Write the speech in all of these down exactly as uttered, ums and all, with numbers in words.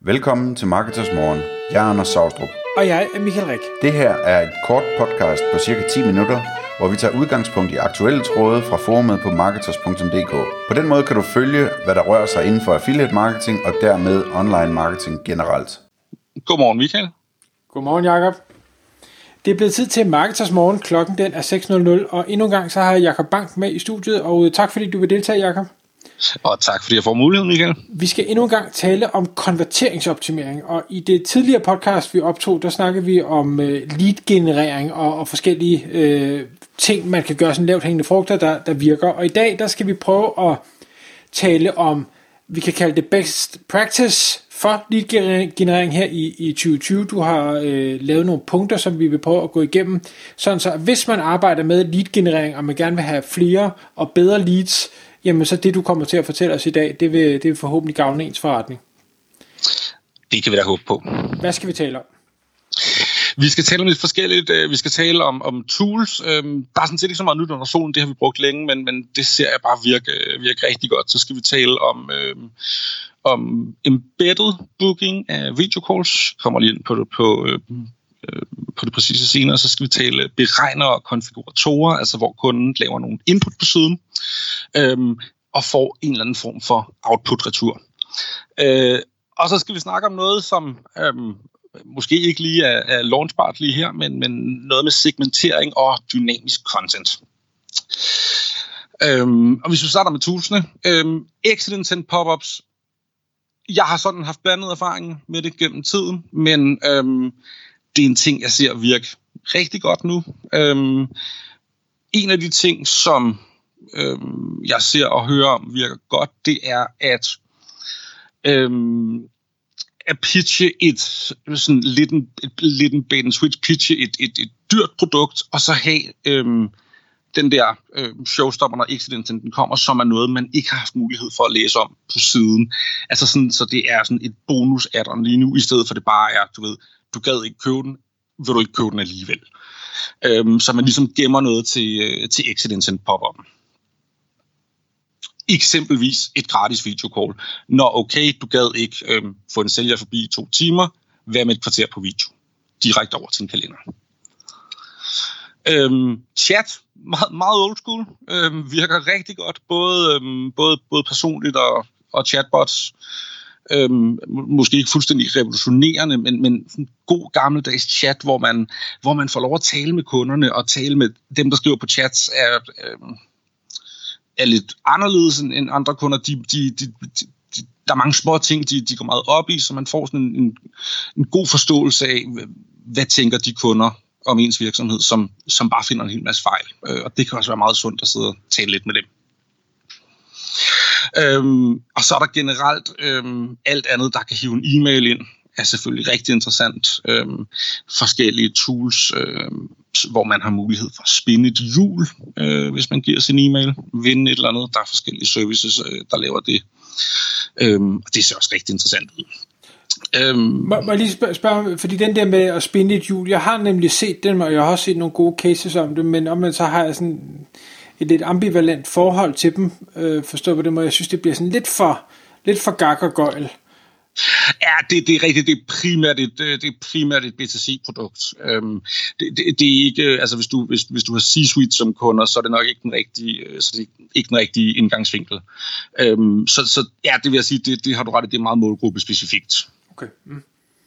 Velkommen til Marketers Morgen. Jeg er Anders Saustrup. Og jeg er Michael Rik. Det her er et kort podcast på cirka ti minutter, hvor vi tager udgangspunkt i aktuelle tråde fra forumet på marketers punktum d k. På den måde kan du følge, hvad der rører sig inden for affiliate marketing og dermed online marketing generelt. Godmorgen, Michael. Godmorgen, Jakob. Det er blevet tid til Marketers Morgen. Klokken den er seks nul nul, og endnu en gang så har jeg Jakob Bank med i studiet, og tak fordi du vil deltage, Jakob. Og tak fordi jeg får muligheden, Michael. Vi skal endnu en gang tale om konverteringsoptimering, og i det tidligere podcast, vi optog, der snakkede vi om øh, lead-generering og, og forskellige øh, ting, man kan gøre sådan lavt hængende frugter, der, der virker. Og i dag, der skal vi prøve at tale om, vi kan kalde det best practice for lead-generering her i, i tyve tyve. Du har øh, lavet nogle punkter, som vi vil prøve at gå igennem, sådan så hvis man arbejder med lead-generering, og man gerne vil have flere og bedre leads, jamen så det du kommer til at fortælle os i dag, det vil, det vil forhåbentlig gavne ens forretning. Det kan vi da håbe på. Hvad skal vi tale om? Vi skal tale om lidt forskelligt. Vi skal tale om, om tools. Der er sådan set ikke så meget nyt under solen, det har vi brugt længe, men, men det ser jeg bare virke, virke rigtig godt. Så skal vi tale om, øhm, om embedded booking af video calls. Kommer lige ind på, på, øhm, på det præcise senere. Så skal vi tale beregnere og konfiguratorer, altså hvor kunden laver nogle input på siden, øhm, og får en eller anden form for output-retur. Øh, og så skal vi snakke om noget, som øhm, måske ikke lige er, er launchbart lige her, men, men noget med segmentering og dynamisk content. Øhm, og hvis vi starter med toolsene, øhm, exit intent pop-ups. Jeg har sådan haft blandet erfaring med det gennem tiden, men øhm, det er en ting, jeg ser virke rigtig godt nu. Øhm, en af de ting, som øhm, jeg ser og hører om virker godt, det er at, øhm, at pitche et sådan lidt en, et, lidt en bait and switch, pitche et, et, et dyrt produkt, og så have øhm, den der øhm, showstopper, når exit intenten kommer, som er noget, man ikke har haft mulighed for at læse om på siden. Altså sådan, så det er sådan et bonus add-on lige nu, i stedet for det bare er, du ved, du gad ikke købe den, vil du ikke købe den alligevel. Øhm, så man ligesom gemmer noget til, øh, til exit intent pop-up'en. Eksempelvis et gratis video call. Nå okay, du gad ikke øhm, få en sælger forbi i to timer, hvad med et kvarter på video? Direkte over til en kalender. Øhm, chat, meget, meget old school, øhm, virker rigtig godt, både, øhm, både, både personligt og, og chatbots. Øhm, måske ikke fuldstændig revolutionerende, men, men en god gammeldags chat, hvor man, hvor man får lov at tale med kunderne, og tale med dem, der skriver på chats, er, øhm, er lidt anderledes end andre kunder. De, de, de, de, de, der er mange små ting, de, de går meget op i, så man får sådan en, en, en god forståelse af, hvad tænker de kunder om ens virksomhed, som, som bare finder en hel masse fejl. Øh, og det kan også være meget sundt at sidde og tale lidt med dem. Øhm, og så er der generelt øhm, alt andet, der kan hive en e-mail ind, er selvfølgelig rigtig interessant. Øhm, forskellige tools, øhm, hvor man har mulighed for at spinde et hjul, øh, hvis man giver sin e-mail, vinde et eller andet. Der er forskellige services, øh, der laver det. Øhm, og det ser også rigtig interessant ud. Øhm, må, må jeg lige spørge, spørge, fordi den der med at spinde et hjul, jeg har nemlig set den, og jeg har også set nogle gode cases om det, men om man så har jeg sådan et lidt ambivalent forhold til dem, øh, forstå på det måde. Jeg synes, det bliver sådan lidt for, lidt for gak og gøjl. Ja, det, det er rigtigt. Det er primært et, det er primært et B to C-produkt. Øhm, det, det, det er ikke, altså hvis du, hvis, hvis du har C-suite som kunder, så er det nok ikke den rigtige, så det er ikke den rigtige indgangsvinkel. Øhm, så, så ja, det vil jeg sige, det, det har du ret i, det er meget målgruppe-specifikt. Okay. Mm.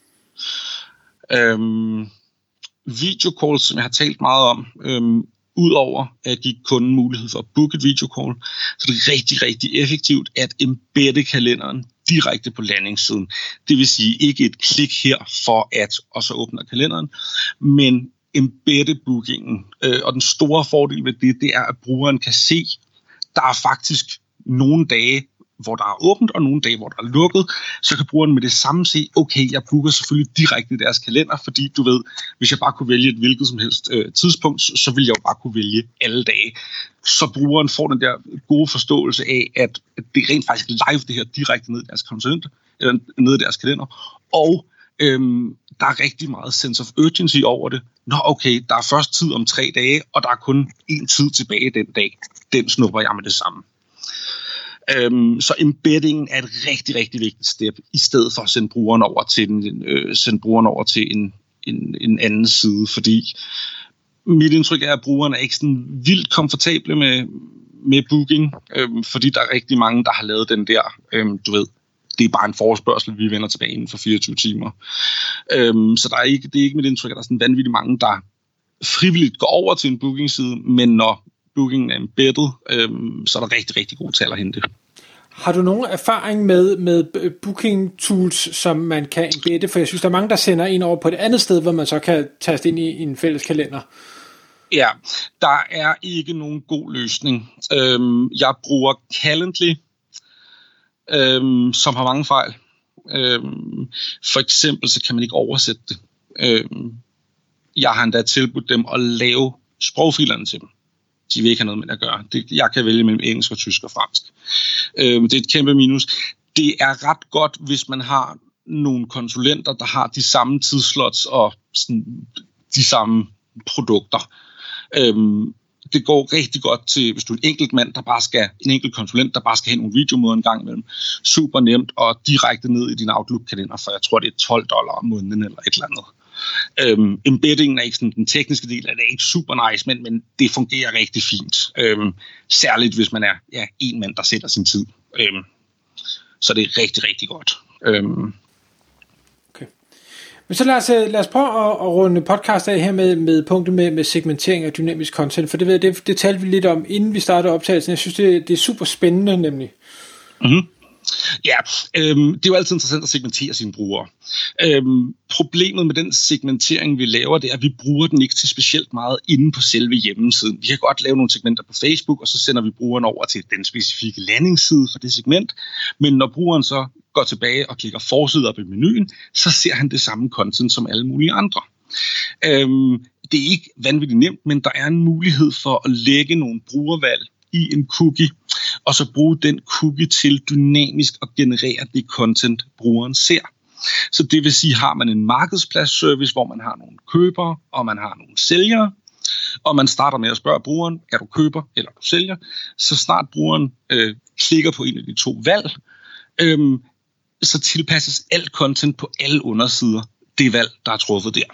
Øhm, video calls, som jeg har talt meget om, øhm, udover at give kunden mulighed for at booke et videocall, så det er rigtig, rigtig effektivt at embedde kalenderen direkte på landingssiden. Det vil sige ikke et klik her for at, og så åbner kalenderen, men embedde bookingen. Øh, og den store fordel ved det, det er, at brugeren kan se, der er faktisk nogle dage, hvor der er åbent, og nogle dage, hvor der er lukket, så kan brugeren med det samme se, okay, jeg booker selvfølgelig direkte i deres kalender, fordi du ved, hvis jeg bare kunne vælge et hvilket som helst øh, tidspunkt, så ville jeg jo bare kunne vælge alle dage. Så brugeren får den der gode forståelse af, at det er rent faktisk live det her direkte ned i deres konsulent, eller ned i deres kalender, og øhm, der er rigtig meget sense of urgency over det. Nå okay, der er først tid om tre dage, og der er kun én tid tilbage den dag. Den snupper jeg med det samme. Øhm, så embeddingen er et rigtig, rigtig vigtigt step, i stedet for at sende brugeren over til, en, øh, sende brugeren over til en, en, en anden side, fordi mit indtryk er, at brugerne er ikke sådan vildt komfortable med, med booking, øhm, fordi der er rigtig mange, der har lavet den der, øhm, du ved, det er bare en forespørgsel, vi vender tilbage inden for fireogtyve timer. Øhm, så der er ikke, det er ikke mit indtryk, at der er sådan vanvittigt mange, der frivilligt går over til en booking-side, men når bookingen er embedded, øhm, så er der rigtig, rigtig gode tal at hente. Har du nogen erfaring med, med booking tools, som man kan embedde? For jeg synes, der er mange, der sender en over på et andet sted, hvor man så kan taste ind i, i en fælles kalender. Ja, der er ikke nogen god løsning. Øhm, jeg bruger Calendly, øhm, som har mange fejl. Øhm, for eksempel, så kan man ikke oversætte det. Øhm, jeg har endda tilbudt dem at lave sprogfilerne til dem. De vil ikke have noget med at gøre. Det, jeg kan vælge mellem engelsk og tysk og fransk. Øhm, det er et kæmpe minus. Det er ret godt, hvis man har nogle konsulenter, der har de samme tidsslots og sådan, de samme produkter. Øhm, det går rigtig godt til, hvis du er en enkelt mand, der bare skal, en enkelt konsulent, der bare skal have nogle videomøder en gang imellem. Super nemt og direkte ned i din Outlook-kalender, for jeg tror, det er tolv dollar om måneden eller et eller andet. Øhm, embeddingen er ikke sådan, den tekniske del af det er ikke super nice, men, men det fungerer rigtig fint. Øhm, særligt hvis man er ja, en mand, der sætter sin tid. Øhm, så det er rigtig, rigtig godt. Øhm. Okay. Men så lad os, lad os prøve at, at runde podcast af her med, med punktet med, med segmentering af dynamisk content, for det, ved, det, det talte vi lidt om, inden vi startede optagelsen. Jeg synes, det, det er super spændende nemlig. Mhm. Ja, øhm, det er jo altid interessant at segmentere sine brugere. Øhm, problemet med den segmentering, vi laver, det er, at vi bruger den ikke til specielt meget inde på selve hjemmesiden. Vi kan godt lave nogle segmenter på Facebook, og så sender vi brugeren over til den specifikke landingsside for det segment. Men når brugeren så går tilbage og klikker forside op i menuen, så ser han det samme content som alle mulige andre. Øhm, det er ikke vanvittigt nemt, men der er en mulighed for at lægge nogle brugervalg i en cookie, og så bruge den cookie til dynamisk at generere det content, brugeren ser. Så det vil sige, har man en markedspladsservice, hvor man har nogle købere, og man har nogle sælgere, og man starter med at spørge brugeren, er du køber eller er du sælger, så snart brugeren øh, klikker på en af de to valg, øh, så tilpasses alt content på alle undersider, det valg, der er truffet der.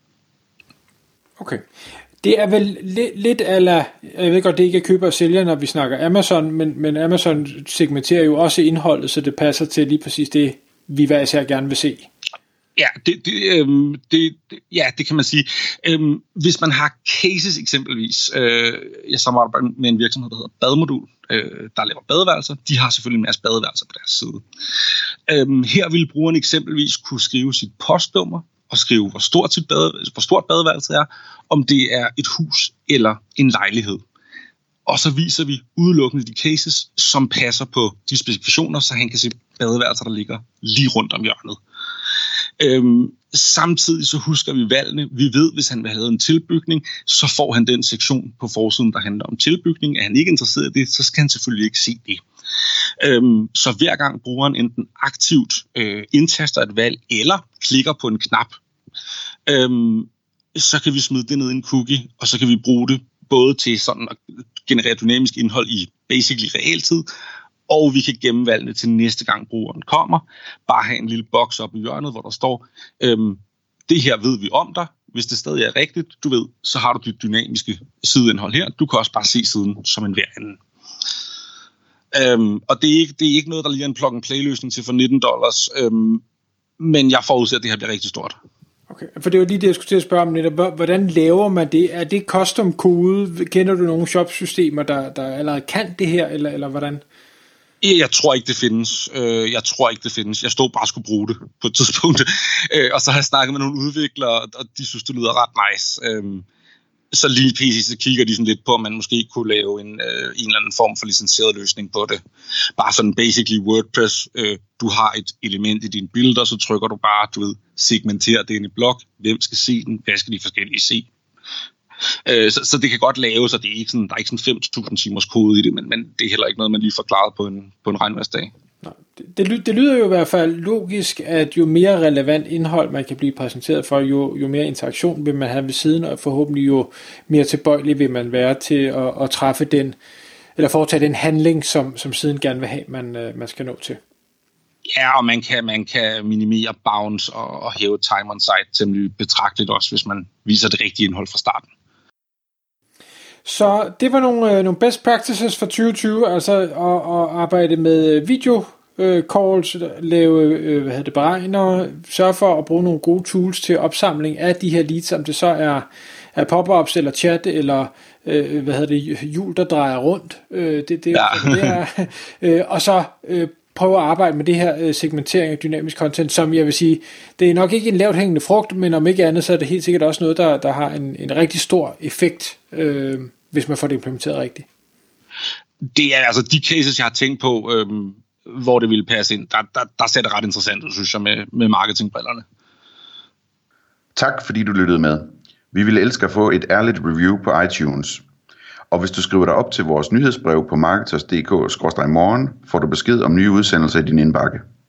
Okay. Det er vel lidt, lidt ala, jeg ved godt, det ikke er køber og sælger, når vi snakker Amazon, men, men Amazon segmenterer jo også indholdet, så det passer til lige præcis det, vi hver især gerne vil se. Ja, det, det, øhm, det, ja, det kan man sige. Øhm, hvis man har cases eksempelvis, øh, jeg samarbejder med en virksomhed, der hedder Bademodul, øh, der laver badeværelser. De har selvfølgelig en masse badeværelser på deres side. Øhm, her vil brugeren eksempelvis kunne skrive sit postnummer, og skrive, hvor stort, sit bade, hvor stort badeværelset er, om det er et hus eller en lejlighed. Og så viser vi udelukkende de cases, som passer på de specifikationer, så han kan se badeværelser, der ligger lige rundt om hjørnet. Øhm, samtidig så husker vi valgene. Vi ved, hvis han vil have en tilbygning, så får han den sektion på forsiden, der handler om tilbygning. Er han ikke interesseret i det, så skal han selvfølgelig ikke se det. Øhm, så hver gang brugeren enten aktivt øh, indtaster et valg, eller klikker på en knap, øhm, så kan vi smide det ned i en cookie, og så kan vi bruge det både til sådan at generere dynamisk indhold i basically realtid, og vi kan gemme valgene til næste gang brugeren kommer. Bare have en lille boks op i hjørnet, hvor der står, øhm, det her ved vi om dig. Hvis det stadig er rigtigt, du ved, så har du dit dynamiske sideindhold her. Du kan også bare se siden som en hver anden. Øhm, og det er, ikke, det er ikke noget, der lige er en plug-and-play-løsning til for nitten dollars, øhm, men jeg forudser, at det her bliver rigtig stort. Okay, for det var lige det, jeg skulle til at spørge om netop. Hvordan laver man det? Er det custom kode? Kender du nogle shopsystemer, der, der allerede kan det her, eller, eller hvordan? Jeg tror ikke, det findes. Jeg tror ikke, det findes. Jeg stod bare og skulle bruge det på et tidspunkt. Og så har jeg snakket med nogle udviklere, og de synes, det lyder ret nice. Så lige præcis så kigger de sådan lidt på, om man måske kunne lave en, en eller anden form for licenseret løsning på det. Bare sådan basically WordPress. Du har et element i dine billeder, så trykker du bare, du ved, segmenter det ind i blog. Hvem skal se den? Hvad skal de forskellige se? Så, så det kan godt laves, og det er ikke sådan, der er ikke sådan fem tusind timers kode i det, men, men det er heller ikke noget, man lige forklaret på en, på en regnværsdag. Det, det, det lyder jo i hvert fald logisk, at jo mere relevant indhold man kan blive præsenteret for, jo, jo mere interaktion vil man have ved siden, og forhåbentlig jo mere tilbøjelig vil man være til at, at træffe den eller foretage den handling, som, som siden gerne vil have, man, øh, man skal nå til. Ja, og man kan, man kan minimere bounce og, og hæve time on site temmelig betragteligt også, hvis man viser det rigtige indhold fra starten. Så det var nogle, øh, nogle best practices for tyve tyve, altså at, at arbejde med video øh, calls, lave øh, hvad hedder det, beregner, sørge for at bruge nogle gode tools til opsamling af de her leads, om det så er, er pop-ups eller chat eller øh, hvad hedder det, hjul, der drejer rundt. Øh, det, det, ja. det er, øh, og så øh, prøve at arbejde med det her segmentering af dynamisk content, som jeg vil sige, det er nok ikke en lavt hængende frugt, men om ikke andet, så er det helt sikkert også noget, der, der har en, en rigtig stor effekt, øh, hvis man får det implementeret rigtigt. Det er altså de cases, jeg har tænkt på, øh, hvor det ville passe ind. Der, der, der ser det ret interessant ud, synes jeg, med, med marketingbrillerne. Tak fordi du lyttede med. Vi ville elske at få et ærligt review på iTunes. Og hvis du skriver dig op til vores nyhedsbrev på marketers punktum d k skråstreg morgen, får du besked om nye udsendelser i din indbakke.